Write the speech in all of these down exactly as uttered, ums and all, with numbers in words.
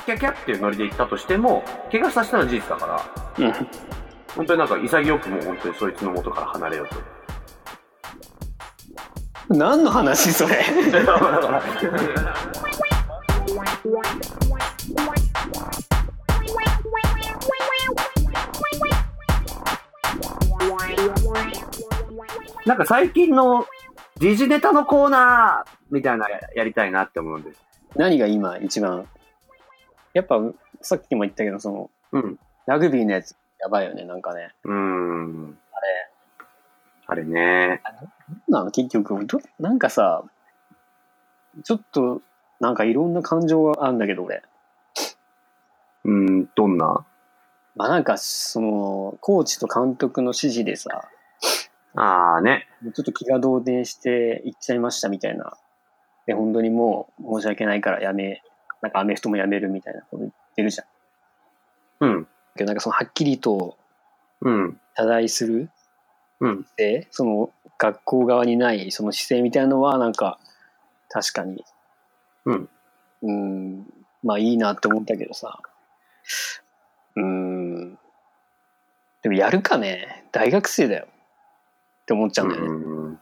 キャキャっていうノリで行ったとしても怪我させたのは事実だから、うん、本当になんか潔くもう本当にそいつの元から離れようと。 何の話それだからなんか最近の時事ネタのコーナーみたいな や, やりたいなって思うんです。 何が今一番やっぱさっきも言ったけどその、うん、ラグビーのやつやばいよねなんかね。 うーんあれあれねあなの結局どなんかさちょっとなんかいろんな感情があるんだけど俺。 うーんどんな。 まあなんかそのコーチと監督の指示でさああねちょっと気が動転して行っちゃいましたみたいなで本当にもう申し訳ないからやめなんかアメフトもやめるみたいなこと言ってるじゃん。うんけどなんかそのはっきりと謝罪する、うん、でその学校側にないその姿勢みたいなのはなんか確かにうんうんまあいいなって思ったけどさうんでもやるかね大学生だよって思っちゃうんだよね。うん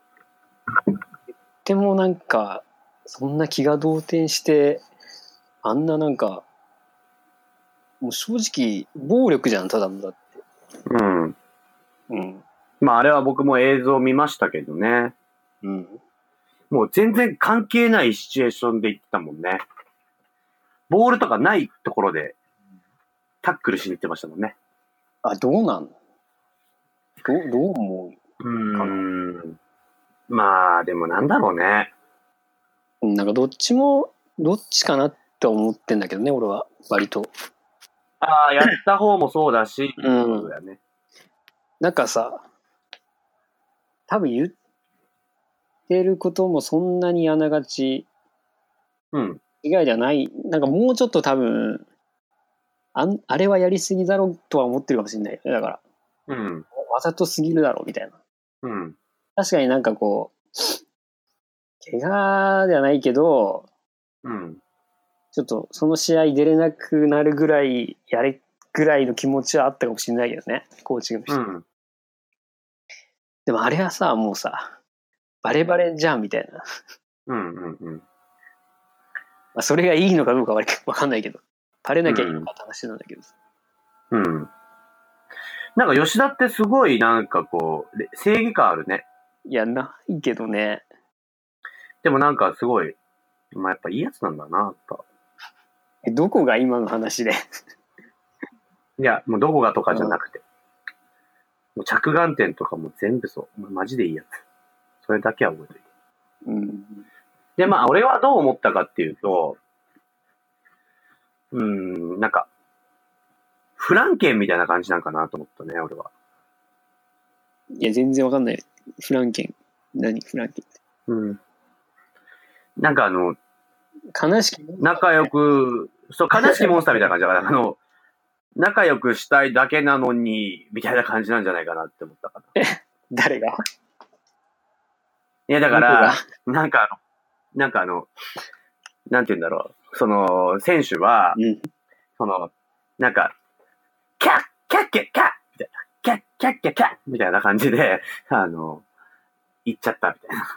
でもなんかそんな気が動転してあんななんかもう正直暴力じゃんただのだって。 うんうんまああれは僕も映像を見ましたけどね。うんもう全然関係ないシチュエーションで言ってたもんね。ボールとかないところでタックルしに行ってましたもんね。あ、どうなんの？どう、どう思うかな？うーん。まあ、でもなんだろうね。なんかどっちも、どっちかなって思ってんだけどね、俺は、割と。ああ、やった方もそうだし、うん。そうだよね。なんかさ、多分言ってることもそんなにあながち、うん。以外ではない、なんかもうちょっと多分、あん、あれはやりすぎだろうとは思ってるかもしれないよね、だから。うん。わざとすぎるだろうみたいな。うん。確かになんかこう、怪我ではないけど、うん。ちょっとその試合出れなくなるぐらい、やれぐらいの気持ちはあったかもしれないけどね、コーチの人。うん。でもあれはさ、もうさ、バレバレじゃんみたいな。うんうんうん。まあ、それがいいのかどうかわかんないけど、バレなきゃいいのかって話なんだけど。うん。うんなんか吉田ってすごいなんかこう、正義感あるね。いや、ないけどね。でもなんかすごい、まあやっぱいいやつなんだな、やっぱ。え、どこが今の話でいや、もうどこがとかじゃなくて。もう着眼点とかも全部そう。マジでいいやつ。それだけは覚えておいて。うん。で、まあ俺はどう思ったかっていうと、うーん、なんか、フランケンみたいな感じなんかなと思ったね、俺は。いや、全然わかんない。フランケン。何フランケンって。うん。なんかあの、悲しき、仲良く、そう、悲しきモンスターみたいな感じだから、あの、仲良くしたいだけなのに、みたいな感じなんじゃないかなって思ったかな。え、誰がいや、だから、なんかあの、なんかあの、なんて言うんだろう。その、選手は、うん、その、なんか、キャッキャッキャッキャッみたいな。キャッキャッキャッキャッみたいな感じで、あの、言っちゃったみたいな。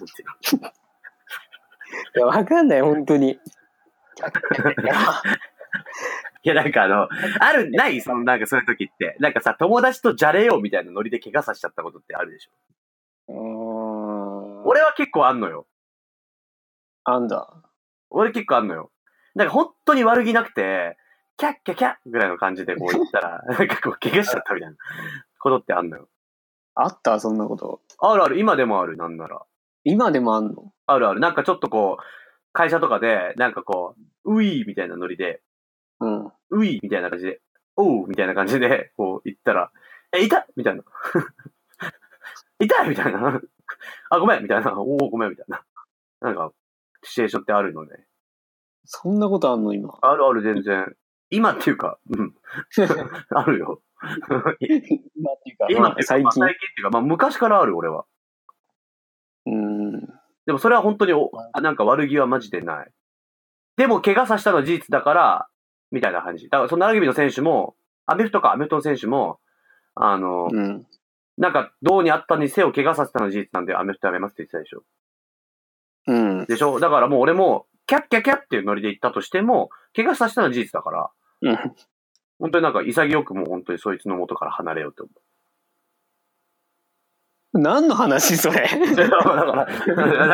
いや、わかんない、本当に。いや、なんかあの、ある、ないその、なんかそういう時って。なんかさ、友達とじゃれようみたいなノリで怪我させちゃったことってあるでしょ。うーん。俺は結構あんのよ。あんだ。俺結構あんのよ。なんか本当に悪気なくて、キャッキャッキャッぐらいの感じでこう言ったら、なんかこう怪我しちゃったみたいなことってあんのよ。あったそんなこと。あるある、今でもある、なんなら。今でもあんの？あるある。なんかちょっとこう、会社とかで、なんかこう、ウィーみたいなノリで、うん。ウィーみたいな感じで、おうみたいな感じで、こう言ったら、え、痛っみたいな。痛いみたいな。あ、ごめんみたいな。おお、ごめんみたいな。なんか、シチュエーションってあるので。そんなことあんの今。あるある、全然。今っていうか、うん。あるよ。今っていうか、今っていうか、最近。最近っていうか、まあ昔からある、俺は。うん。でもそれは本当にお、なんか悪気はマジでない。 でも怪我させたのは事実だから、みたいな感じ。だからそのラグビーの選手も、アメフトかアメフトの選手も、あの、うん、なんか、どうにあったにせよ怪我させたのは事実なんで、アメフトやめますって言ってたでしょ。 うん。 でしょ？だからもう俺も、キャッキャキャっていうノリで言ったとしても、怪我させたのは事実だから、 うん。 本当になんか潔くもう本当にそいつの元から離れようって思う。何の話それだから、だから、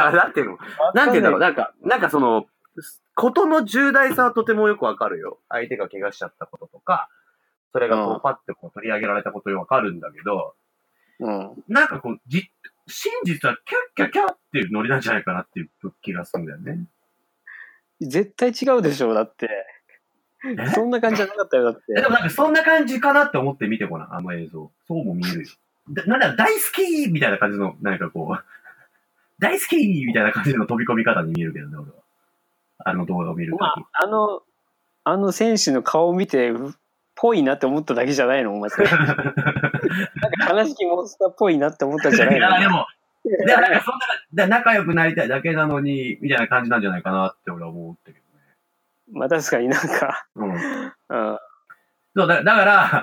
なんていうのなんていうんだろうなんか、なんかその、ことの重大さはとてもよくわかるよ。相手が怪我しちゃったこととか、それがこうパッてこう取り上げられたことよわかるんだけど、 うん、 なんかこう、じ、真実はキャッキャキャっていうノリなんじゃないかなっていう気がするんだよね。 絶対違うでしょ、だって。そんな感じじゃなかったよ、だって。 でもなんかそんな感じかなって思って見てごらん、あの映像。そうも見えるよ。なんだ、大好きみたいな感じの、なんかこう、大好きみたいな感じの飛び込み方に見えるけどね、俺は。あの動画を見るとき。 まあ、あの、あの選手の顔を見て、ぽいなって思っただけじゃないのお前それ。なんか悲しきモンスターっぽいなって思ったんじゃないのいや、でも、でもなんかそんな、仲良くなりたいだけなのに、みたいな感じなんじゃないかなって俺は思ったけどね。 まあ確かになんか、 うん。うん。 そうだ、だから、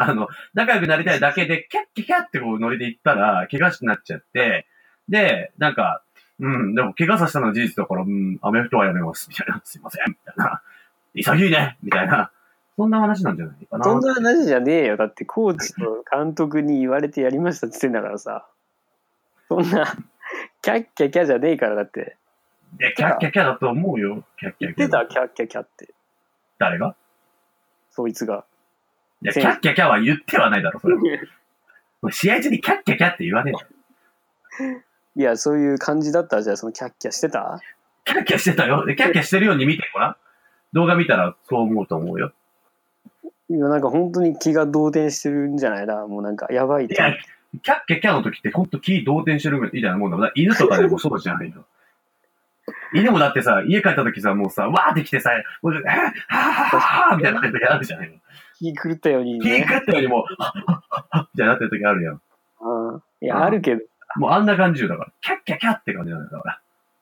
あの、仲良くなりたいだけで、キャッキャキャってこうノリで言ったら、怪我しになっちゃって、で、なんか、うん、でも怪我させたのは事実だから、うん、アメフトはやめます、みたいな。すいません、みたいな。潔いね、みたいな。そんな話なんじゃないかな。 そんな話じゃねえよ。だってコーチと監督に言われてやりましたって言ってんだからさ。そんな、キャッキャキャじゃねえからだって。 いや、キャッキャキャだと思うよ。キャッキャキャ。 言ってたキャッキャキャって。 誰が？ そいつが。 いや、キャッキャキャは言ってはないだろ、それ。試合中にキャッキャキャって言わねえだろ。 いや、そういう感じだったら、じゃあそのキャッキャしてた？ キャッキャしてたよ。で、キャッキャしてるように見てごらん。動画見たらそう思うと思うよ。 いや、なんか本当に気が動転してるんじゃないだ。もうなんかやばいって。 いや、キャッキャキャの時って本当気動転してるみたいなもんだもん。犬とかでもそうじゃないの。犬もだってさ、家帰った時さ、もうさ、わーって来てさ、もう、はぁ、はぁ、はぁ、はぁ、みたいな時あるじゃないの。 気狂ったように、 ね。気狂ったようにもう、はぁ、はぁ、はぁ、みたいになってる時あるやん。 ああ。いや、あるけど。 もうあんな感じよ、だから。キャッキャキャって感じなんだから。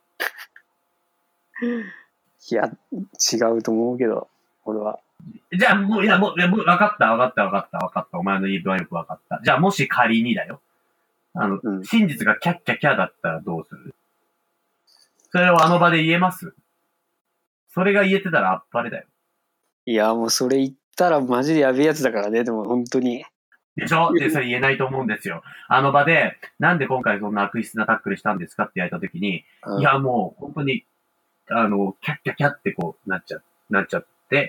いや、違うと思うけど、俺は。 じゃあ、もう、いや、もう、いやもう、分かった、分かった、分かった、分かった。お前の言い分はよく分かった。じゃあ、もし仮にだよ。あの、うん、真実がキャッキャキャだったらどうする？それをあの場で言えます？それが言えてたらあっぱれだよ。 いや、もうそれ言ったらマジでやべえやつだからね、でも本当に。 でしょ？で、それ言えないと思うんですよ。あの場で、なんで今回そんな悪質なタックルしたんですかって言われたときに、うん、いや、もう、本当に、あの、キャッキャキャってこう、なっちゃ、なっちゃって、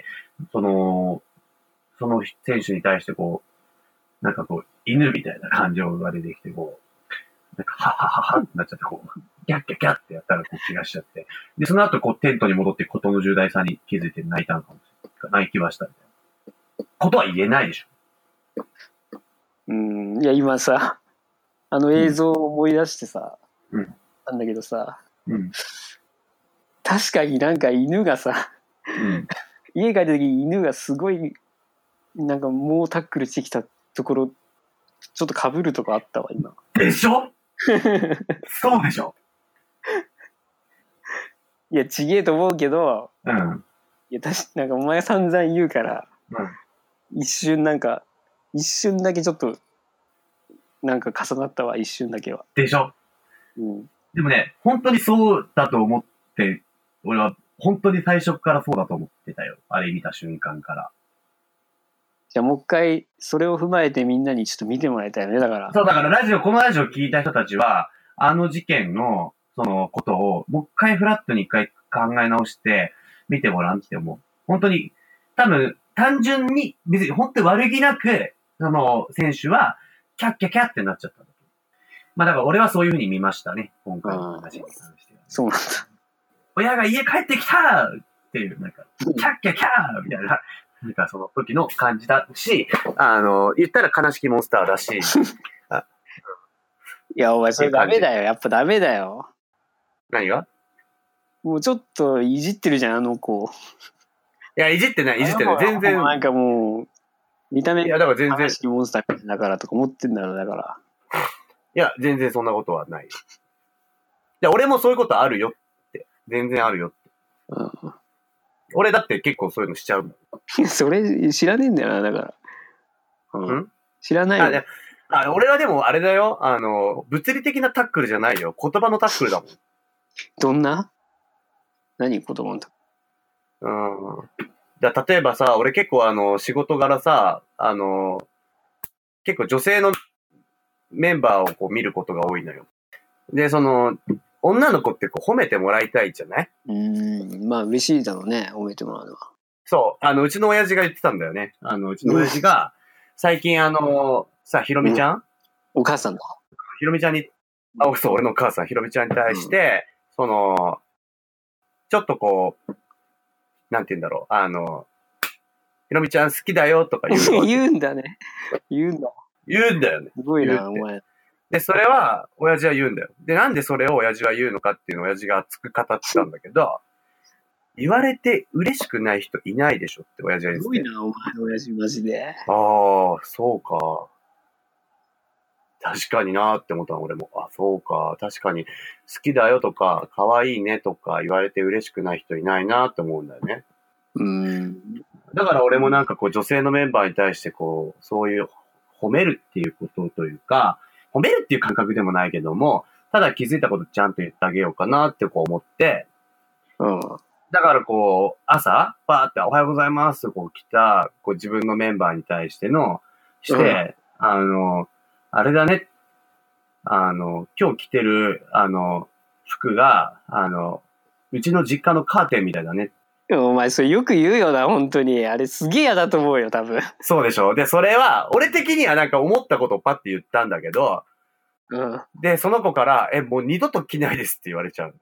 その、その選手に対してこう、なんかこう、犬みたいな感情が出てきて、こう、なんか、ははははってなっちゃって、こう、キャッキャキャってやったらこう気がしちゃって。で、その後こう、テントに戻ってことの重大さに気づいて泣いたのかもしれない。泣きましたみたいな。ことは言えないでしょ。 うん、いや、今さ、あの映像を思い出してさ、うん、なんだけどさ、うん、確かになんか犬がさ、うん、家帰った時に犬がすごい、なんかもうタックルしてきたところ、ちょっと被るとこあったわ、今。 でしょ？そうでしょ？ いや、ちげえと思うけど、 うん。 いや、確かなんかお前が散々言うから、うん、一瞬なんか、一瞬だけちょっと、なんか重なったわ、一瞬だけは。 でしょ？うん。でもね、本当にそうだと思って、俺は本当に最初からそうだと思ってたよ。あれ見た瞬間から。 じゃあもう一回、それを踏まえてみんなにちょっと見てもらいたいよね、だから。 そう、だからラジオ、このラジオ聞いた人たちは、あの事件の、そのことを、もう一回フラットに一回考え直して、見てもらんって思う。本当に、多分、単純に、別に本当に悪気なく、その選手は、キャッキャキャってなっちゃったんだ。まあだから俺はそういう風に見ましたね、今回の話に関しては、ね。 そうなんだ。 親が家帰ってきたっていう、なんか、キャッキャキャーみたいな、なんかその時の感じだし、あの、言ったら悲しきモンスターだし。 いや、お前それダメだよ。やっぱダメだよ。 何が？ もうちょっといじってるじゃん、あの子。 いや、いじってない、いじってない。全然。 なんかもう、見た目、 いや、だから全然。 悲しきモンスターだからとか思ってんだろう、だから。 いや、全然そんなことはない。いや、俺もそういうことあるよって。全然あるよって。うん。 俺だって結構そういうのしちゃうもん。それ知らねえんだよな、だから。うん。ん知らないよ。 あ、ね、あ、俺はでもあれだよ。あの、物理的なタックルじゃないよ。言葉のタックルだもん。 どんな何言葉のタックル。うん。だ例えばさ、俺結構あの、仕事柄さ、あの、結構女性のメンバーをこう見ることが多いのよ。で、その、女の子ってこう褒めてもらいたいじゃない？ うーん、まあ嬉しいだろうね、褒めてもらうのは。 そう、あの、うちの親父が言ってたんだよね。あの、うちの親父が、最近あの、さ、ひろみちゃん、うん、 お母さんだ。 ひろみちゃんに、あ、そう、俺のお母さん、ひろみちゃんに対して、うん、その、ちょっとこう、なんて言うんだろう、あの、ひろみちゃん好きだよとか言う。 言うんだね。言うんだ。 言うんだよね。 すごいな、お前。 で、それは、親父は言うんだよ。で、なんでそれを親父は言うのかっていうのを親父が熱く語ってたんだけど、言われて嬉しくない人いないでしょって親父は言ってて。 すごいな、お前の親父マジで。 ああ、そうか。確かになーって思ったの、俺も。あ、そうか。確かに、好きだよとか、可愛いねとか言われて嬉しくない人いないなって思うんだよね。 うん。 だから俺もなんかこう女性のメンバーに対してこう、そういう褒めるっていうことというか、褒めるっていう感覚でもないけども、ただ気づいたことちゃんと言ってあげようかなってこう思って、 うん。 だからこう、朝、パーっておはようございますとこう来た、こう自分のメンバーに対しての、して、うん、あの、あれだね、あの、今日着てる、あの、服が、あの、うちの実家のカーテンみたいだね。 お前それよく言うよな、本当に。あれすげえ嫌だと思うよ、多分。 そうでしょ。で、それは、俺的にはなんか思ったことをパッて言ったんだけど、 うん。 で、その子から、え、もう二度と着ないですって言われちゃう。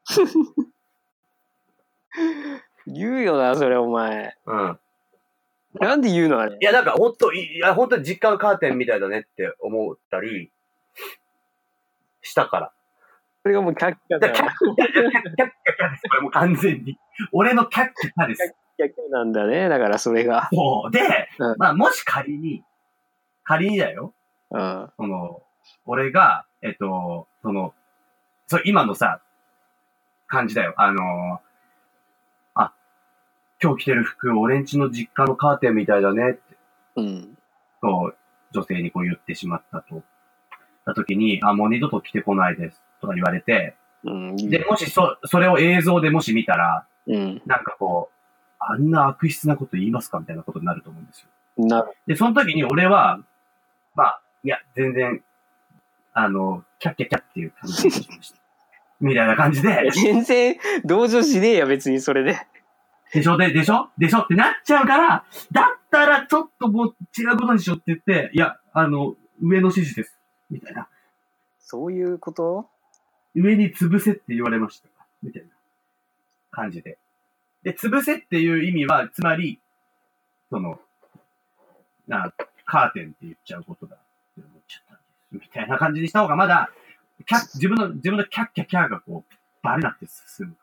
言うよな、それお前。 うん。 なんで言うのあれ。 いや、なんか、ほんと、いや、ほんと実家のカーテンみたいだねって思ったり、したから。 それがもうキャッキャだよ。 キャッキャ、キャッキャ、キャッキャです。これもう完全に。俺のキャッキャです。 キャッキャなんだね、だからそれが。 そう。で、 うん、 まあ、もし仮に、仮にだよ。 うん。 その、俺が、えっと、その、そう、今のさ、感じだよ。あの、あ、今日着てる服、俺んちの実家のカーテンみたいだねって。 うん。 そう、女性にこう言ってしまったと。た時に、あ、もう二度と着てこないです。とか言われて、 うん、 で、もしそ、それを映像でもし見たら、 うん、 なんかこう、あんな悪質なこと言いますかみたいなことになると思うんですよ。 なる。 で、その時に俺は、まあ、いや、全然、あの、キャッキャキャッっていう感じにしました。みたいな感じで。 全然、同情しねえや、別にそれで。 でしょで、でしょでしょってなっちゃうから、だったらちょっともう違うことにしようって言って、いや、あの、上の指示です。みたいな。 そういうこと？ 上に潰せって言われました。みたいな感じで。で、潰せっていう意味は、つまり、その、な、カーテンって言っちゃうことだって思っちゃったんです。みたいな感じにした方がまだ、キャッ、自分の、自分のキャッキャキャーがこう、バレなくて進むから。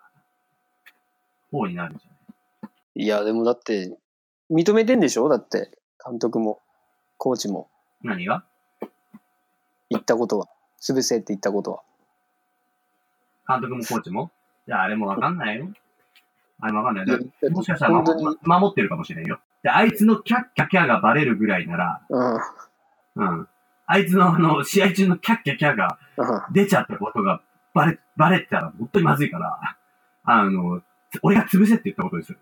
方になるんじゃない？ いや、でもだって、認めてんでしょ？だって、監督も、コーチも。 何が？ 言ったことは。潰せって言ったことは。 監督もコーチも？いや、あれもわかんないよ。あれもわかんない。もしかしたら守、ま、守ってるかもしれんよ。で、あいつのキャッキャキャーがバレるぐらいなら、 うん。 うん。あいつのあの、試合中のキャッキャキャーが出ちゃったことがバレ、バレたら本当にまずいから、あの、俺が潰せって言ったことですよ。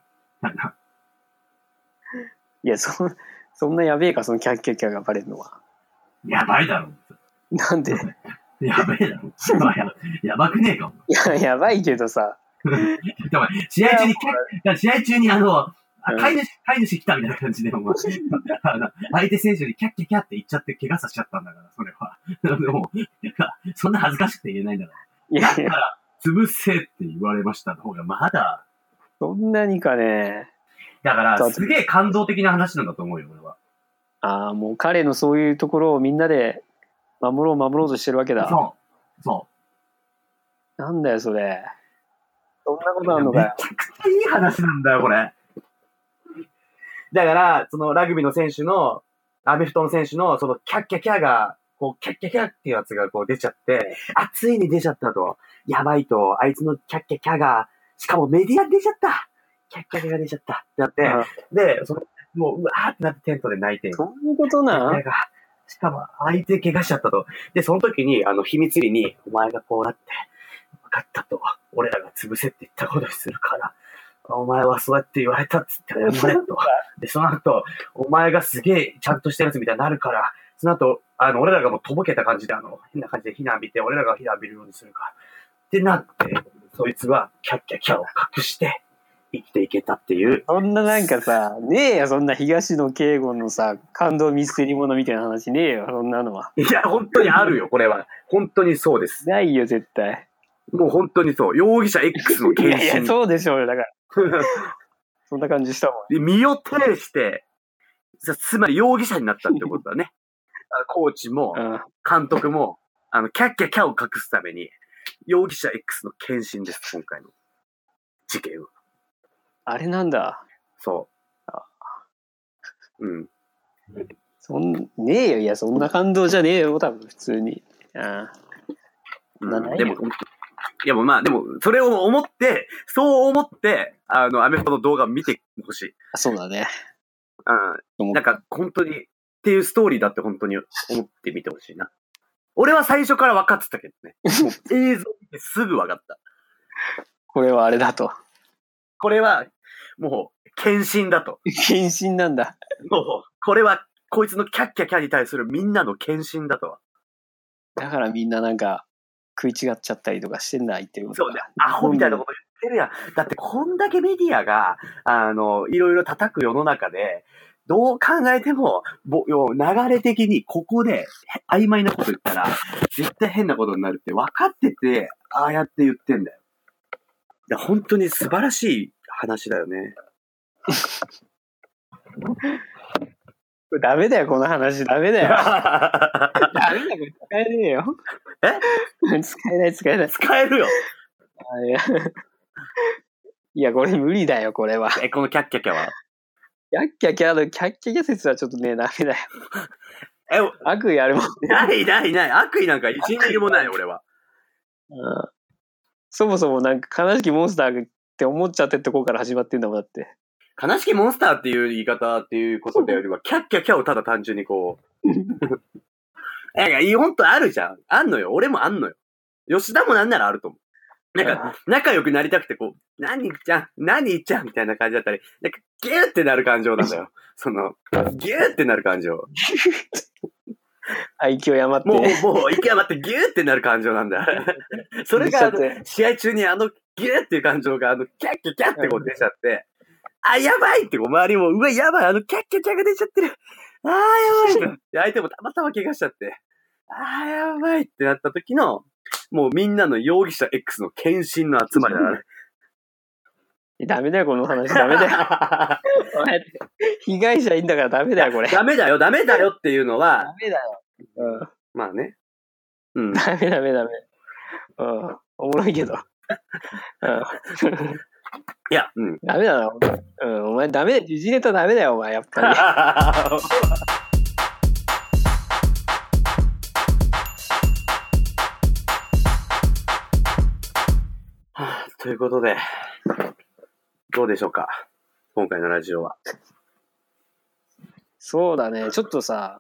いや、そ、そんなやべえか、そのキャッキャキャーがバレるのは。 やばいだろ。 なんで？ やべえだろ。や, やばくねえかも。 いや、やばいけどさ。 試合中に、試合中にあの、飼い主、飼い主来たみたいな感じで、お前、相手選手にキャッキャキャって言っちゃって怪我させちゃったんだから、それは。でも、そんな恥ずかしくて言えないんだから。いやいや。だから、潰せって言われましたの方がまだ。 そんなにかね。 だから、すげえ感動的な話なんだと思うよ、俺は。 ああ、もう彼のそういうところをみんなで守ろう守ろうとしてるわけだ。 そう。そう。 なんだよ、それ。そんなことあるのかよ。 めちゃくちゃいい話なんだよ、これ。だから、そのラグビーの選手の、アメフトの選手の、そのキャッキャキャが、こう、キャッキャキャっていうやつがこう出ちゃって、あ、ついに出ちゃったと。やばいと、あいつのキャッキャキャが、しかもメディアに出ちゃった。 キャッキャキャが出ちゃったってなって、で、その、もう、うわーってなってテントで泣いて。 そういうことなのしかも、相手怪我しちゃったと。で、その時に、あの、秘密裏に、お前がこうなって、分かったと。俺らが潰せって言ったことにするから、お前はそうやって言われたっつって謝れと。で、その後、お前がすげえちゃんとしたやつみたいになるから、その後、あの、俺らがもうとぼけた感じで、あの、変な感じで火浴びて、俺らが火浴びるようにするから。ってなって、そいつは、キャッキャキャを隠して、生きていけたっていう。 そんななんかさ、ねえよ、そんな東野圭吾のさ、感動ミステリーものみたいな話ねえよ、そんなのは。 いや、本当にあるよ、これは。本当にそうです。 ないよ、絶対。 もう本当にそう。容疑者 X の献身。 いやいや、そうでしょうよ、だから。そんな感じしたもん。 で、身を挺して、つまり容疑者になったってことだね。コーチも、監督も、あの、キャッキャキャを隠すために、容疑者 X の献身です、今回の事件は。 あれなんだ。 そう。うん。 そん、ねえよ、いや、そんな感動じゃねえよ、多分、普通に。ああ。 うん、でも、いやもうまあ、でも、それを思って、そう思って、あの、アメフトの動画を見てほしい。 そうだね。 うん。なんか、本当に、っていうストーリーだって本当に思ってみてほしいな。俺は最初から分かってたけどね。もう映像見てすぐ分かった。 これはあれだと。 これは、もう、献身だと。 献身なんだ。 もう、これは、こいつのキャッキャキャに対するみんなの献身だと。 だからみんななんか、食い違っちゃったりとかしてんだ、言ってることそうね。アホみたいなこと言ってるやん。だってこんだけメディアが、あの、いろいろ叩く世の中で、どう考えても、ぼ流れ的にここで曖昧なこと言ったら、絶対変なことになるって分かってて、ああやって言ってんだよ。いや、本当に素晴らしい話だよね。 ダメだよ、この話。ダメだよ。ダメだよ、これ使えねえよ。え使えない、使えない。 使えるよ。 いや、いや、これ無理だよ、これは。 え、このキャッキャキャはキャッキャキャの、キャッキャキャ説はちょっとね、ダメだよ。え、悪意あるもんね。 ないないない。悪意なんか一ミリもない、俺は。 うん。そもそもなんか悲しきモンスターって思っちゃってるところから始まってんだもん、だって。 悲しきモンスターっていう言い方っていうことよりは、キャッキャキャをただ単純にこう。いや、ほんとあるじゃん。あんのよ。俺もあんのよ。吉田もなんならあると思う。なんか、仲良くなりたくて、こう、何ちゃん、何ちゃんみたいな感じだったり、なんか、ギューってなる感情なんだよ。その、ギューってなる感情。 愛嬌余って。 もう、もう、息余ってギューってなる感情なんだ。それが、試合中にあの、ギューっていう感情が、あの、キャッキャキャってこう出ちゃって、あ、やばいってこう周りも、うわ、やばい、あの、キャッキャキャが出ちゃってる。あー、やばいって。相手もたまたま怪我しちゃって、あー、やばいってなった時の、もうみんなの容疑者 X の献身の集まりだね。 ダメだよ、この話。ダメだよ。被害者いいんだからダメだよ、これ。 ダメだよ、ダメだよっていうのは。 ダメだよ。うん。 まあね。うん。 ダメダメダメ。うん。おもろいけど。うん。 いや、うん。 ダメだな。うん。お前ダメだよ。時事ネタダメだよ、お前、やっぱり。 ということで、どうでしょうか、今回のラジオは。 そうだね、ちょっとさ、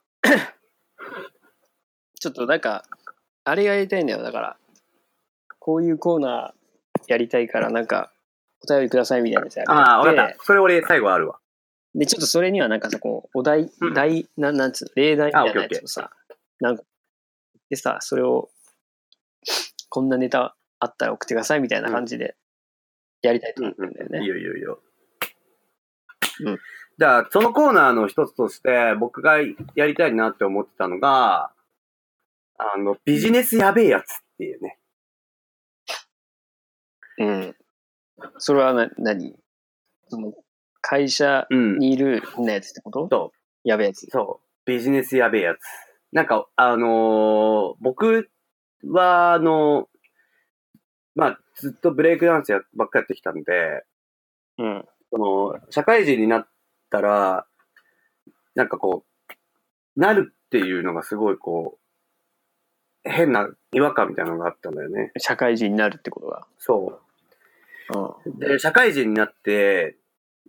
ちょっとなんか、あれがやりたいんだよ。だから、こういうコーナーやりたいから、なんか、お便りくださいみたいなやつやる。 ああ、わかった。それ俺最後あるわ。 で、ちょっとそれにはなんかさ、こう、お題、うん、題、ななんつうの、例題みたいなやつをさ、なんか、でさ、それを、こんなネタあったら送ってくださいみたいな感じでやりたいと思ってるんだよね。 いいよいいよいいよ。 うん。 じゃあ、そのコーナーの一つとして、僕がやりたいなって思ってたのが、あの、ビジネスやべえやつっていうね。 うん。それはな、何その、会社にいるなやつってこと、うん、そう。やべえやつ。 そう。ビジネスやべえやつ。なんか、あのー、僕は、あの、まあ、ずっとブレイクダンスやばっかりやってきたんで、 うん。 その、社会人になったら、なんかこう、なるっていうのがすごいこう、変な違和感みたいなのがあったんだよね。 社会人になるってことが。 そう。 うん。 で、社会人になって、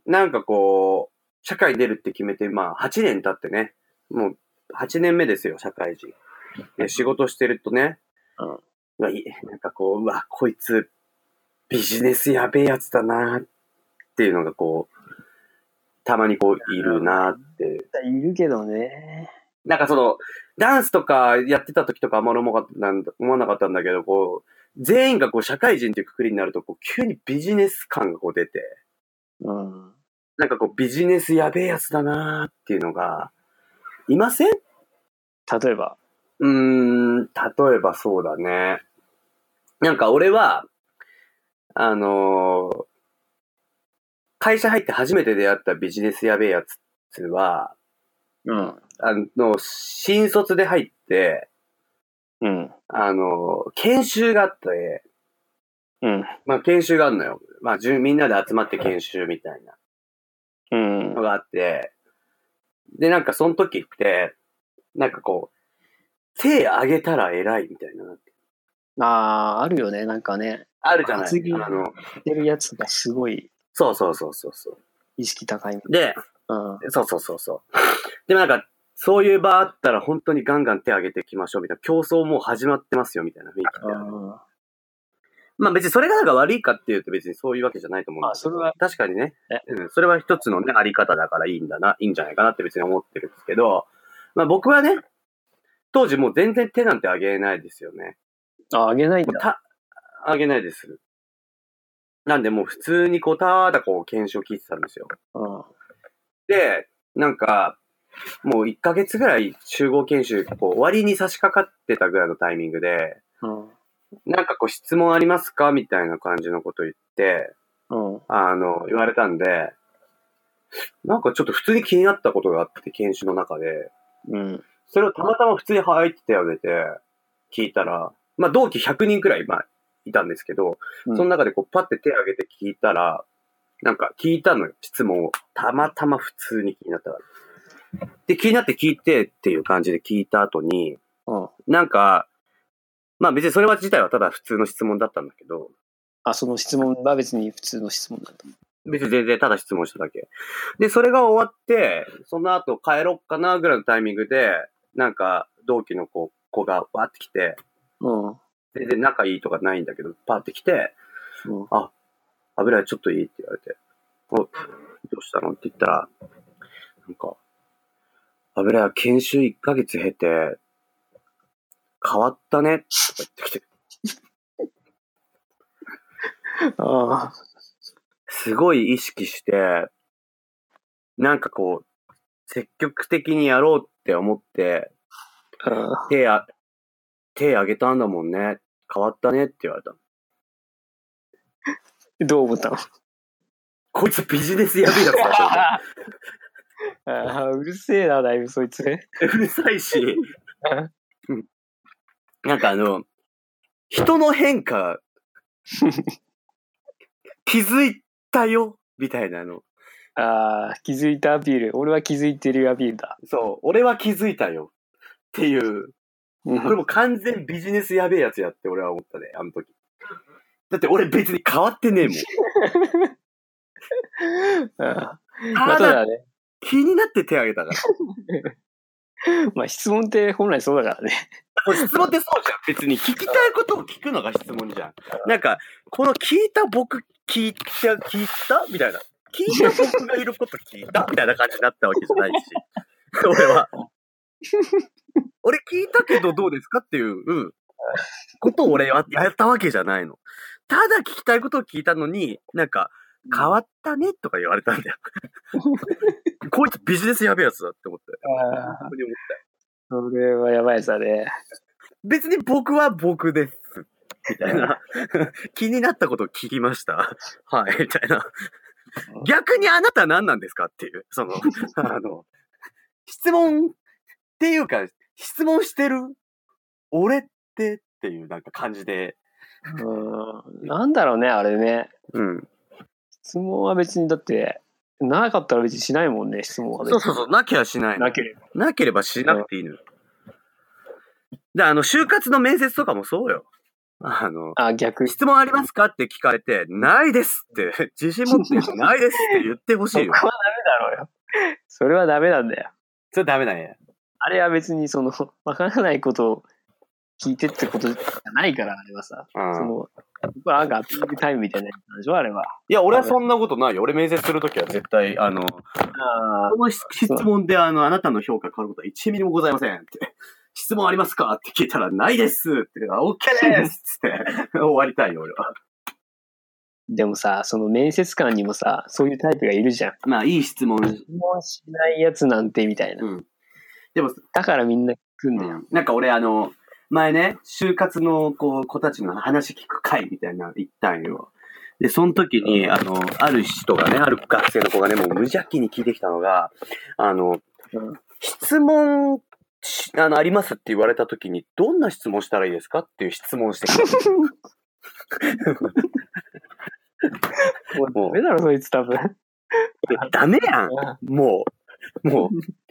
なんかこう、社会に出るって決めて、まあ、はちねん経ってね、もう、はちねんめですよ、社会人。で、仕事してるとね、うん、なんかこう、うわ、こいつ、ビジネスやべえやつだなっていうのがこう、たまにこう、いるなって。 いるけどね。 なんかその、ダンスとかやってた時とかあんまり思わなかったんだけど、こう、全員がこう、社会人っていうくくりになると、こう、急にビジネス感がこう出て、うん。なんかこう、ビジネスやべえやつだなっていうのが、いません？ 例えばうーん、例えばそうだね。なんか俺は、あのー、会社入って初めて出会ったビジネスやべえやつは、うん。あの、新卒で入って、うん。あの、研修があって、うん。まあ、研修があるのよ。まあ、みんなで集まって研修みたいな。うん。のがあって、で、なんかその時って、なんかこう、手挙げたら偉いみたいな。 ああ、あるよね、なんかね。 あるじゃない。 発言してるやつがすごい。 そうそうそうそうそう。 意識高い。 で、うん、そうそうそうそう。でもなんか、そういう場あったら本当にガンガン手挙げていきましょうみたいな、競争もう始まってますよみたいな雰囲気ってある。あまあ別にそれがなんか悪いかっていうと別にそういうわけじゃないと思うんだけど。あ、それは確かにね、うん。それは一つのね、あり方だからいいんだな、いいんじゃないかなって別に思ってるんですけど、まあ僕はね、当時もう全然手なんて挙げないですよね。 あ、挙げないんだ。 た、挙げないです。なんでもう普通にこう、ただこう、検証聞いてたんですよ。うん、で、なんか、もういっかげつぐらい集合研修、こう、終わりに差し掛かってたぐらいのタイミングで、うん、なんかこう、質問ありますかみたいな感じのこと言って、うん、あの、言われたんで、なんかちょっと普通に気になったことがあって、研修の中で、うん、それをたまたま普通に入って手を挙げて、聞いたら、まあ同期ひゃくにんくらい、まあ、いたんですけど、うん、その中でこう、パッて手を挙げて聞いたら、なんか聞いたのよ、質問を。たまたま普通に気になったから。で、気になって聞いてっていう感じで聞いた後に、うん、なんか、まあ別にそれは自体はただ普通の質問だったんだけど。 あ、その質問は別に普通の質問だった。 別に全然ただ質問しただけ。で、それが終わって、その後帰ろっかなぐらいのタイミングで、なんか同期の子子がわーって来て、うん、全然仲いいとかないんだけど、パーって来て、うん、あ、油ちょっといいって言われて、お、どうしたのって言ったら、なんか、油屋研修いっかげつ経て、変わったね、とか言ってきて。ああ。すごい意識して、なんかこう、積極的にやろうって思って、手あ、手あげたんだもんね。変わったねって言われた。 どう思ったの？ こいつビジネスやべえやつだと思った。 ああ、うるせえな、だいぶそいつ。うるさいし、うん、なんかあの、人の変化、気づいたよ、みたいなの。 ああ、気づいたアピール。俺は気づいてるアピールだ。 そう、俺は気づいたよ。っていう。これも完全ビジネスやべえやつやって俺は思ったね、あの時。だって俺別に変わってねえもん。ああ、ただ、ね、気になって手挙げたから。 まあ質問って本来そうだからね。 質問ってそうじゃん。別に聞きたいことを聞くのが質問じゃん。なんか、この聞いた僕聞いた、聞いたみたいな。聞いた僕がいること聞いたみたいな感じになったわけじゃないし。俺は。俺聞いたけどどうですかっていうことを俺はやったわけじゃないの。ただ聞きたいことを聞いたのに、なんか、変わったねとか言われたんだよ。こいつビジネスやべえやつだって思って。 あ本当に思った。それはやばいさね。 別に僕は僕です。みたいな。気になったことを聞きました。はい、みたいな。逆にあなたは何なんですかっていう。その、あの、質問っていうか、質問してる俺ってっていうなんか感じで。 うん。なんだろうね、あれね。うん。質問は別にだって、なかったら別にしないもんね、質問は別に。そうそうそう、なきゃしない。 なければ。 なければしなくていいのよ。で、あの、就活の面接とかもそうよ。 あの、 あ、逆。 質問ありますかって聞かれて、ないですって、自信持ってないですって言ってほしいよ。 そこはダメだろうよ。それはダメなんだよ。 それダメなんや。 あれは別にその、わからないことを聞いてってことじゃないから、あれはさ。うん、その、僕はなんかアピールタイムみたいなやつなんでしょ、あれは。 いや、俺はそんなことないよ。俺面接するときは絶対、あの、あこの質問であの、あなたの評価変わることはいちミリもございませんって。質問ありますかって聞いたら、ないですって、OK ですって終わりたいよ、俺は。 でもさ、その面接官にもさ、そういうタイプがいるじゃん。 まあ、いい質問。 質問しないやつなんて、みたいな。うん。でも、だからみんな聞くんだよ。うん、 なんか俺、あの、前ね、就活のこう子たちの話聞く会みたいなの行ったんよ。で、その時に、あの、ある人がね、ある学生の子がね、もう無邪気に聞いてきたのが、あの、うん、質問、あの、ありますって言われた時に、どんな質問したらいいですかっていう質問をしてきた。 もう、ダメだろ、そいつ多分。 ダメやん。もう、も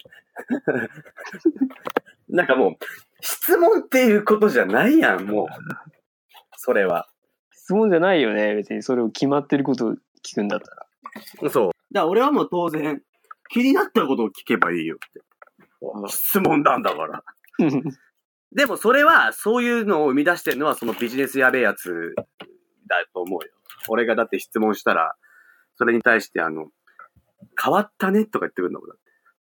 う。なんかもう、質問っていうことじゃないやん、もう。それは。 質問じゃないよね、別に。それを決まってることを聞くんだったら。そう。だから俺はもう当然、気になったことを聞けばいいよって。質問なんだから。でもそれは、そういうのを生み出してるのは、そのビジネスやべえやつだと思うよ。俺がだって質問したら、それに対してあの、変わったねとか言ってくるんだもんだ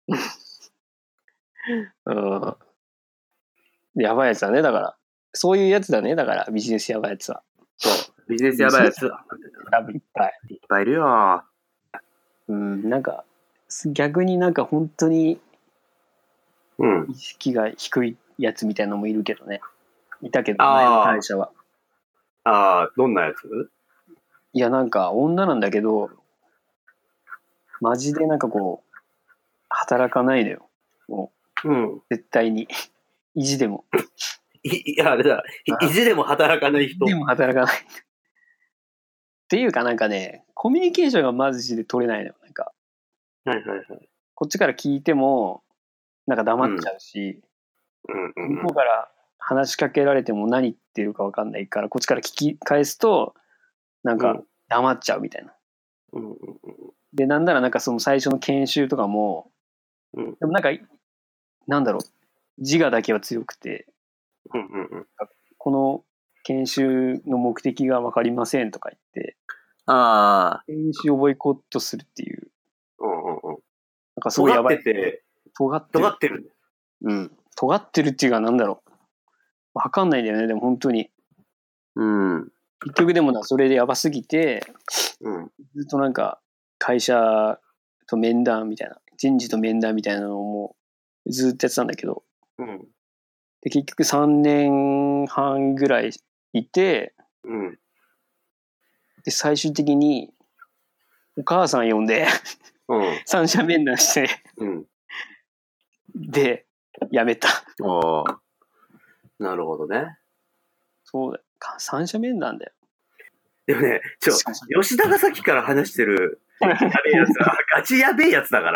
って。うん。やばいやつだね、だから。そういうやつだね、だから、ビジネスやばいやつは。 そう。ビジネスやばいやつは。 多分いっぱい。 いっぱいいるよ。 うん、なんか、逆になんか本当に、うん。意識が低いやつみたいなのもいるけどね。いたけど、前の会社は。 ああ、どんなやつ？ いや、なんか、女なんだけど、マジでなんかこう、働かないのよ。もう、うん、絶対に。意地でも。 いや、あれだ。意地でも働かない人。 意地でも働かない。っていうかなんかね、コミュニケーションがマジで取れないのよ。なんか。 はいはいはい。 こっちから聞いても、なんか黙っちゃうし、うんうんうん、向こうから話しかけられても何言ってるか分かんないから、こっちから聞き返すと、なんか黙っちゃうみたいな。うんうんうん、で、なんならなんかその最初の研修とかも、うん、でもなんか、なんだろう、自我だけは強くて、うんうんうん、この研修の目的が分かりませんとか言って、ああ。研修をボイコットするっていう。うんうんうん。なんかすごいやばい。 尖ってて、 尖ってる。 尖ってる。 うん。尖ってるっていうかなんだろう。分かんないんだよね、でも本当に。うん。結局でもな、それでやばすぎて、うん、ずっとなんか会社と面談みたいな、人事と面談みたいなのをもうずっとやってたんだけど、うん、で結局さんねんはんぐらいいて、うん、で最終的にお母さん呼んで、うん、三者面談して、うん、で辞めた。 ああ、なるほどね。 そうだよ。三者面談だよ。 でもね、ちょ、吉田がさっきから話してるやべえやつは、ガチやべえやつだから。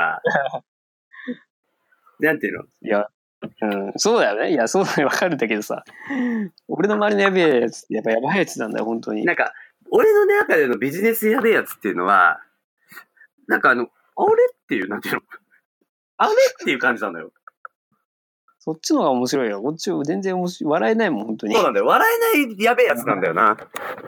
なんていうの？ いや、うん、そうだよね。いや、そうだね。わかるんだけどさ。俺の周りのやべえやつってやっぱやばいやつなんだよ、本当に。 なんか、俺の中でのビジネスやべえやつっていうのは、なんかあの、あれっていう、なんていうの？あれっていう感じなんだよ。 そっちの方が面白いよ。こっち全然面白い。笑えないもん、本当に。 そうなんだよ。笑えないやべえやつなんだよな。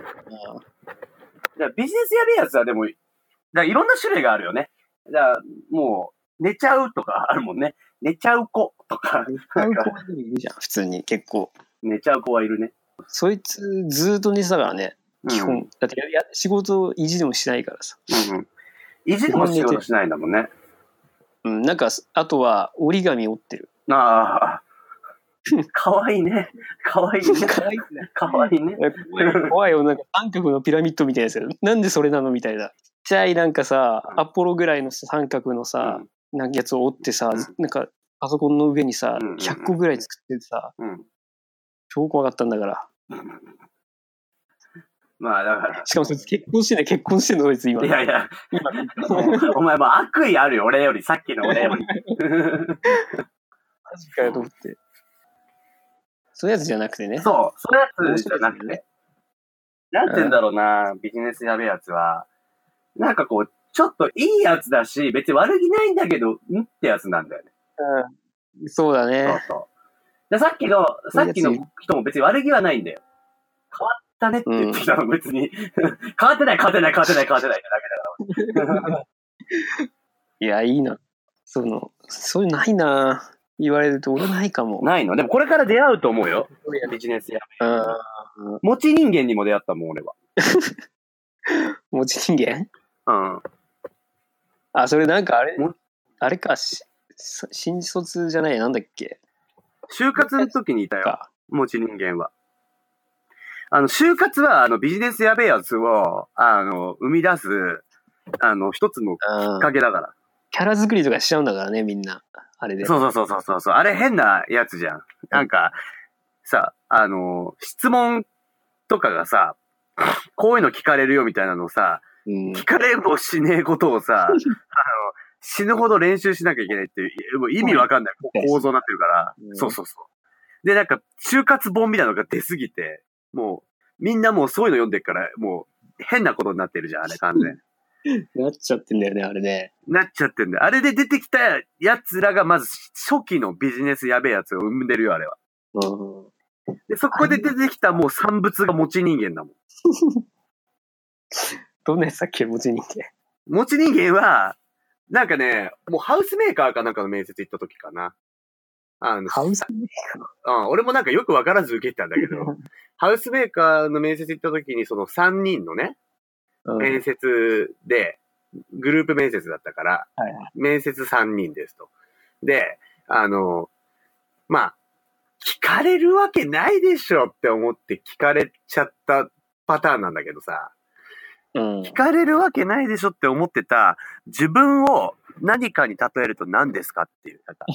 だビジネスやべえやつはでも、だいろんな種類があるよね。だもう、寝ちゃうとかあるもんね。寝ちゃう子とか。 寝ちゃう子いるじゃん、普通に、結構。 寝ちゃう子はいるね。 そいつ、ずっと寝てたからね。基本。うん、だってや、仕事意地でもしないからさ。 うんうん。意地でも仕事しないんだもんね。 うん、なんか、あとは、折り紙折ってる。 ああ。かわいいね。かわいいね。 かわいいね。 かわいいね。 怖いよ。なんか三角のピラミッドみたいなやつ。なんでそれなのみたいな。ちっちゃいなんかさ、アポロぐらいの三角のさ、うん、なんかやつを折ってさ、うん、なんかパソコンの上にさ、ひゃっこぐらい作っててさ、うん、超怖かったんだから。 まあだから。 しかもそいつ結婚してない、結婚してんの、そいつ今。 いやいや、今。お前もう悪意あるよ、俺より、さっきの俺より。 マジかよと思って。 そういうやつじゃなくてね。 そう、そういうやつじゃなくて。ね、なんて言うんだろうな、うん、ビジネスやべえやつは。なんかこう、ちょっといいやつだし、別に悪気ないんだけど、んってやつなんだよね。 うん。そうだね。 そうそう。でさっきの、さっきの人も別に悪気はないんだよ。変わったねって言ってきたの、うん、別に。変わってない、変わってない、変わってない、変わってないってだけだから。 いや、いいな。その、そういうのないな。言われると俺ないかも。 ないの？でもこれから出会うと思うよ。ビジネスや。うん。持ち人間にも出会ったもん、俺は。 持ち人間？ うん。 あ、それなんかあれ、あれか、し新卒じゃない、なんだっけ？ 就活の時にいたよ。持ち人間は。あの、就活は、あの、ビジネスやべえやつを、あの、生み出す、あの、一つのきっかけだから。 キャラ作りとかしちゃうんだからね、みんな。あれで。 そうそうそうそうそう。あれ変なやつじゃん。なんか、さ、あの、質問とかがさ、こういうの聞かれるよみたいなのをさ、うん、聞かれもしねえことをさ、あの、死ぬほど練習しなきゃいけないっていう、もう意味わかんない構造になってるから、うん、そうそうそう。で、なんか、就活本みたいなのが出すぎて、もう、みんなもうそういうの読んでるから、もう、変なことになってるじゃん、あれ、完全。 なっちゃってんだよね、あれね。 なっちゃってんだよ。あれで出てきたやつらが、まず、初期のビジネスやべえやつを生んでるよ、あれは。うん、で、そこで出てきたもう産物が持ち人間だもん。 どんなやつだっけ、持ち人間。 持ち人間は、なんかね、もうハウスメーカーかなんかの面接行った時かな。あの、 ハウスメーカー？うん、俺もなんかよくわからず受けたんだけど、ハウスメーカーの面接行った時にそのさんにんのね、うん、面接で、グループ面接だったから、はいはい、面接さんにんですと。で、あの、まあ、聞かれるわけないでしょって思って聞かれちゃったパターンなんだけどさ、うん、聞かれるわけないでしょって思ってた自分を何かに例えると何ですかっていう。なんか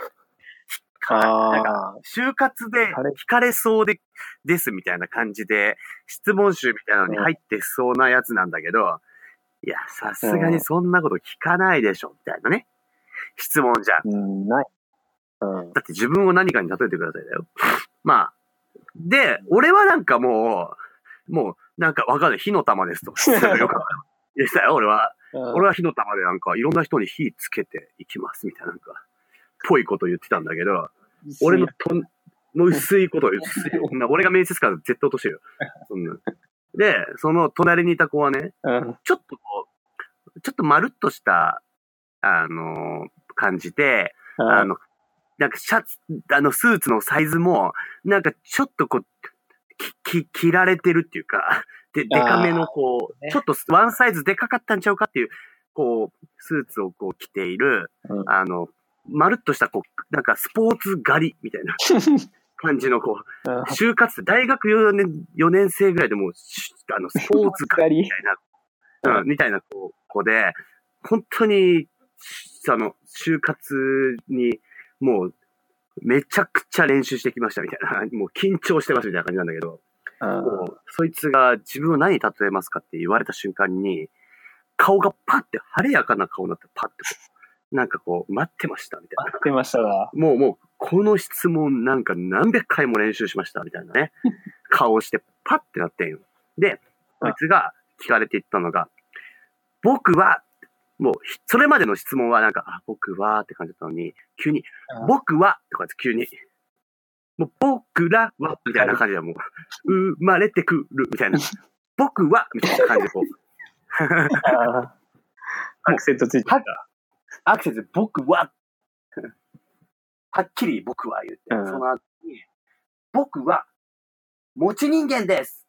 なんか就活で聞かれそうでですみたいな感じで質問集みたいなのに入ってそうなやつなんだけど、いや、さすがにそんなこと聞かないでしょみたいなね。質問じゃん。 うん、ない。 うん、だって自分を何かに例えてくださいだよ。まあ。で、俺はなんかもう、もう、なんかわかんない。火の玉ですとか。よく言ってたよ、俺は。うん、俺は火の玉でなんかいろんな人に火つけていきますみたいななんか、ぽいこと言ってたんだけど、俺のとん、の薄いことを言ってたよ。俺が面接官絶対落としてるよ。そんな。で、その隣にいた子はね、うん、ちょっとこう、ちょっとまるっとした、あのー、感じで、うん、あの、なんかシャツ、あの、スーツのサイズも、なんかちょっとこう、き、き、着られてるっていうか、で、デカめのこう、ね、ちょっとワンサイズデカかったんちゃうかっていう、こう、スーツをこう着ている、うん、あの、まるっとしたこう、なんかスポーツ狩りみたいな感じのこう、就活、大学よねん、よねん生ぐらいでもう、あの、スポーツ狩りみたいな、うん、みたいなこう、子で、本当に、あの、就活に、もう、めちゃくちゃ練習してきましたみたいな、もう緊張してますみたいな感じなんだけど、もうそいつが自分を何に例えますかって言われた瞬間に、顔がパッて晴れやかな顔になってパッてこう、なんかこう、待ってましたみたいな。 待ってましたわ。 もうもう、この質問なんか何百回も練習しましたみたいなね、顔をしてパッてなってんよ。で、こいつが聞かれていったのが、僕は、もう、それまでの質問はなんか、あ、僕はって感じだったのに、急に、僕はとか急に、もう僕らはみたいな感じでもう、生まれてくるみたいな、僕はみたいな感じでこう。 アクセントついてた。 アクセント、僕は、はっきり僕は言って、うん、その後に、僕は、持ち人間です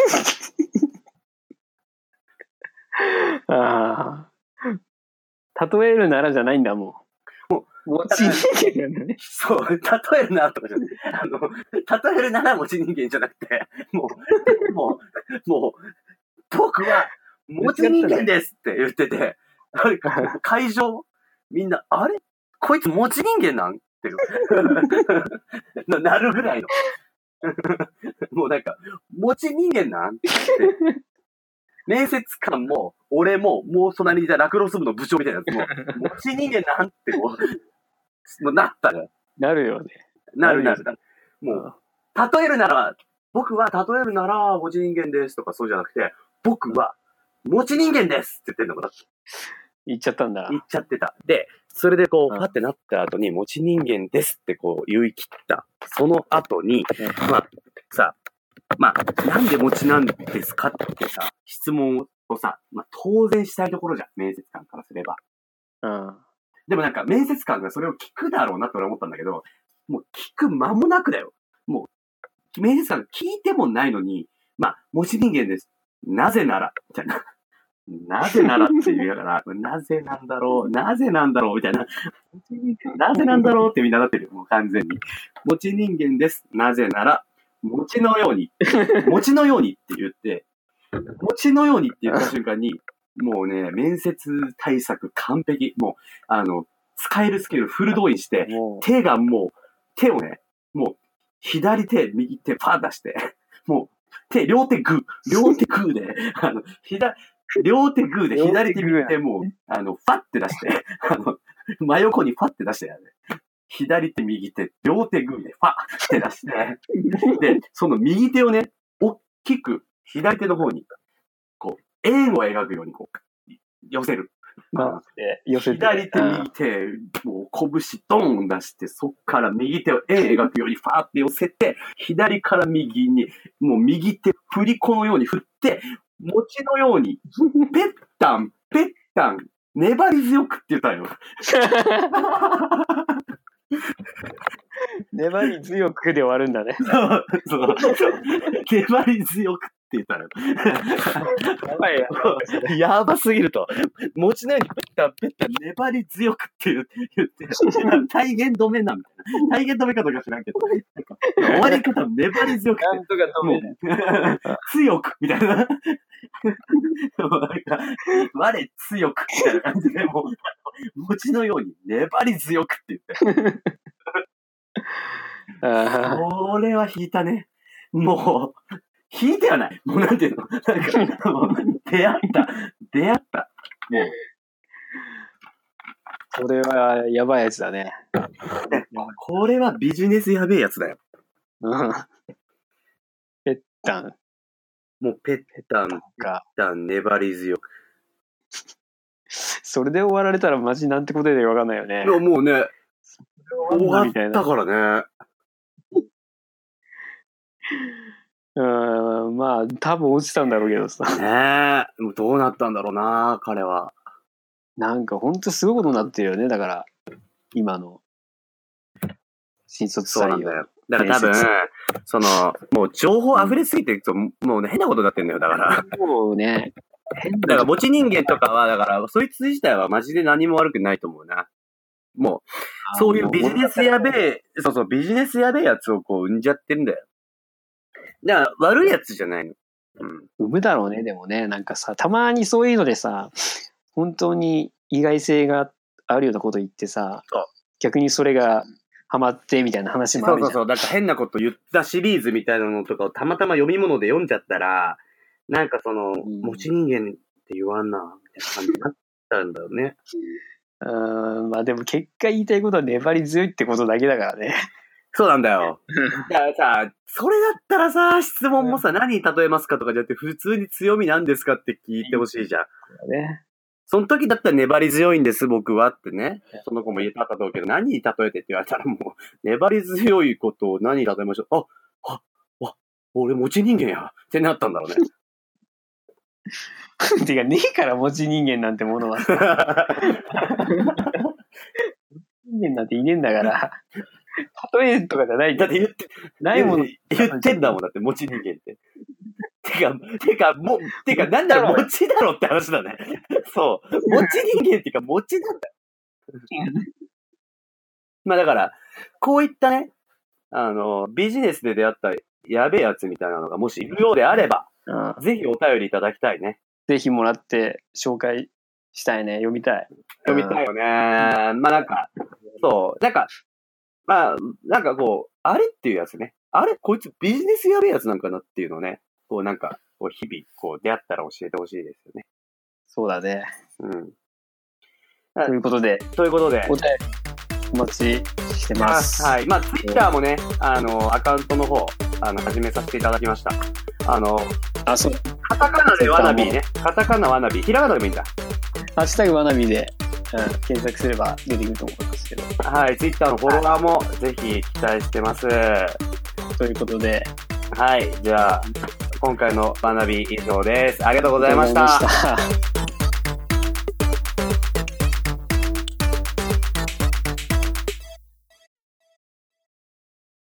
ああ。例えるならじゃないんだもん。もう、持ち人間なんだね。 そう、例えるならとかじゃない。あの、例えるなら持ち人間じゃなくて、もう、もう、もう、僕は持ち人間ですって言ってて、会場、みんな、あれこいつ持ち人間なんってな、なるぐらいの。もうなんか、持ち人間なんって。面接官も、俺も、もう隣にいたラクロス部の部長みたいなやつも、持ち人間なんてこう、もうなったね。 なるよね。 なるなる。もう、 例えるなら、僕は例えるなら、持ち人間ですとかそうじゃなくて、僕は持ち人間ですって言ってんのかな。 言っちゃったんだ。 言っちゃってた。で、それでこう、ファってなった後に、持ち人間ですってこう言い切った。その後に、まあ、さ、まあ、なんで持ちなんですかってさ、質問をさ、まあ、当然したいところじゃん。面接官からすれば。 うん。 でもなんか、面接官がそれを聞くだろうなって俺思ったんだけど、もう聞く間もなくだよ。もう、面接官が聞いてもないのに、まあ、持ち人間です。なぜなら、みたいな。なぜならって言うから、なぜなんだろう、なぜなんだろう、みたいな。なぜなんだろうってみんななってる。もう完全に。持ち人間です。なぜなら、餅のように、餅のようにって言って、餅のようにって言った瞬間に、もうね、面接対策完璧。もう、あの、使えるスキルフル動員して、手がもう、手をね、もう、左手、右手、パー出して、もう、手、両手グー、両手グーで、あの、左、両手グーで左手右手もう、あの、ファって出して、あの、真横にファって出してやる。左手右手、両手グーでファって出して、で、その右手をね、大きく左手の方に、こう、円を描くようにこう、寄せる。 まあ、寄せて左手右手、もう拳ドーン出して、そっから右手を円描くようにファーって寄せて、左から右に、もう右手振り子のように振って、餅のように、ペッタン、ペッタン、粘り強くって言ったよ。 粘り強くで終わるんだね。 そうそう。粘り強くって言ったよ。 やばいや。 やばすぎると。餅のようにペッタン、ペッタン、粘り強くって言って、体現止めなみたいな。体現止めかどうか知らんけど。終わり方粘り強くて。 なんとか止める。 強くみたいな。なんか、我強くみたいな感じで、もう、餅のように粘り強くって言って。これは引いたね。もう、引いてはない。もうなんていうのなんか、もう出会った。出会った。もう。 これはやばいやつだね。 これはビジネスやべえやつだよ。 うん。ペッタン。 もうペッタン、ペッタン、粘り強く。 それで終わられたらマジなんてことでわかんないよね。 いや、もうね、終わったからね。 うん、まあ、多分落ちたんだろうけどさ。 ねえ、もうどうなったんだろうな、彼は。 なんかほんとすごいことになってるよね、だから、今の。新卒採用。そうなんだよ。 だから多分、その、もう情報溢れすぎていくと、もうね、変なことになってんだよ、だから。 そうね。 だから、持ち人間とかは、だから、そいつ自体はマジで何も悪くないと思うな。もう、そういうビジネスやべえ、そうそう、ビジネスやべえやつをこう、生んじゃってんだよ。だから、悪いやつじゃないの。 うん。生むだろうね、でもね。なんかさ、たまにそういうのでさ、本当に意外性があるようなこと言ってさ、逆にそれがハマってみたいな話もあるじゃん。 そうそうそう。だから変なこと言ったシリーズみたいなのとかをたまたま読み物で読んじゃったら、なんかその、うん、持ち人間って言わんな、みたいな感じになったんだよね。 うん、まあでも結果言いたいことは粘り強いってことだけだからね。 そうなんだよ。だからさ、それだったらさ、質問もさ、何に例えますかとかじゃなくて、普通に強みなんですかって聞いてほしいじゃん。 ね、 その時だったら粘り強いんです、僕はってね。その子も言ったかとうけど、何に例えてって言われたらもう、粘り強いことを何に例えましょう。あ、あ、あ、俺持ち人間や。ってなったんだろうね。 てか、ねえから持ち人間なんてものはさ。人間なんていねえんだから。例えとかじゃない。 だって言って、ないもの。言ってんだもん、だって持ち人間って。てか、てか、も、てか、なんだろう、餅だろって話だね。そう。餅人間っていうか、餅なんだ。まあだから、こういったね、あの、ビジネスで出会ったやべえやつみたいなのがもしいるようであれば、うん、ぜひお便りいただきたいね。 ぜひもらって紹介したいね。読みたい。 読みたいよね。うん、まあなんか、そう、なんか、まあ、なんかこう、あれっていうやつね。あれこいつビジネスやべえやつなんかなっていうのをね、こうなんか、こう日々、こう出会ったら教えてほしいですよね。 そうだね。 うん。 ということで。 ということで。 お便りお待ちしてます。 はい。まあ、ツイッターもね、あの、アカウントの方、 あの、始めさせていただきました。あの、 あ、そう。 カタカナでワナビね。カタカナワナビ。ひらがなでもいいんだ。 ハッシュタグワナビで、うん、検索すれば出てくると思いますけど。 はい、ツイッターのフォロワーもぜひ期待してます。 ということで。 はい、じゃあ、今回のワナビ以上です。ありがとうございました。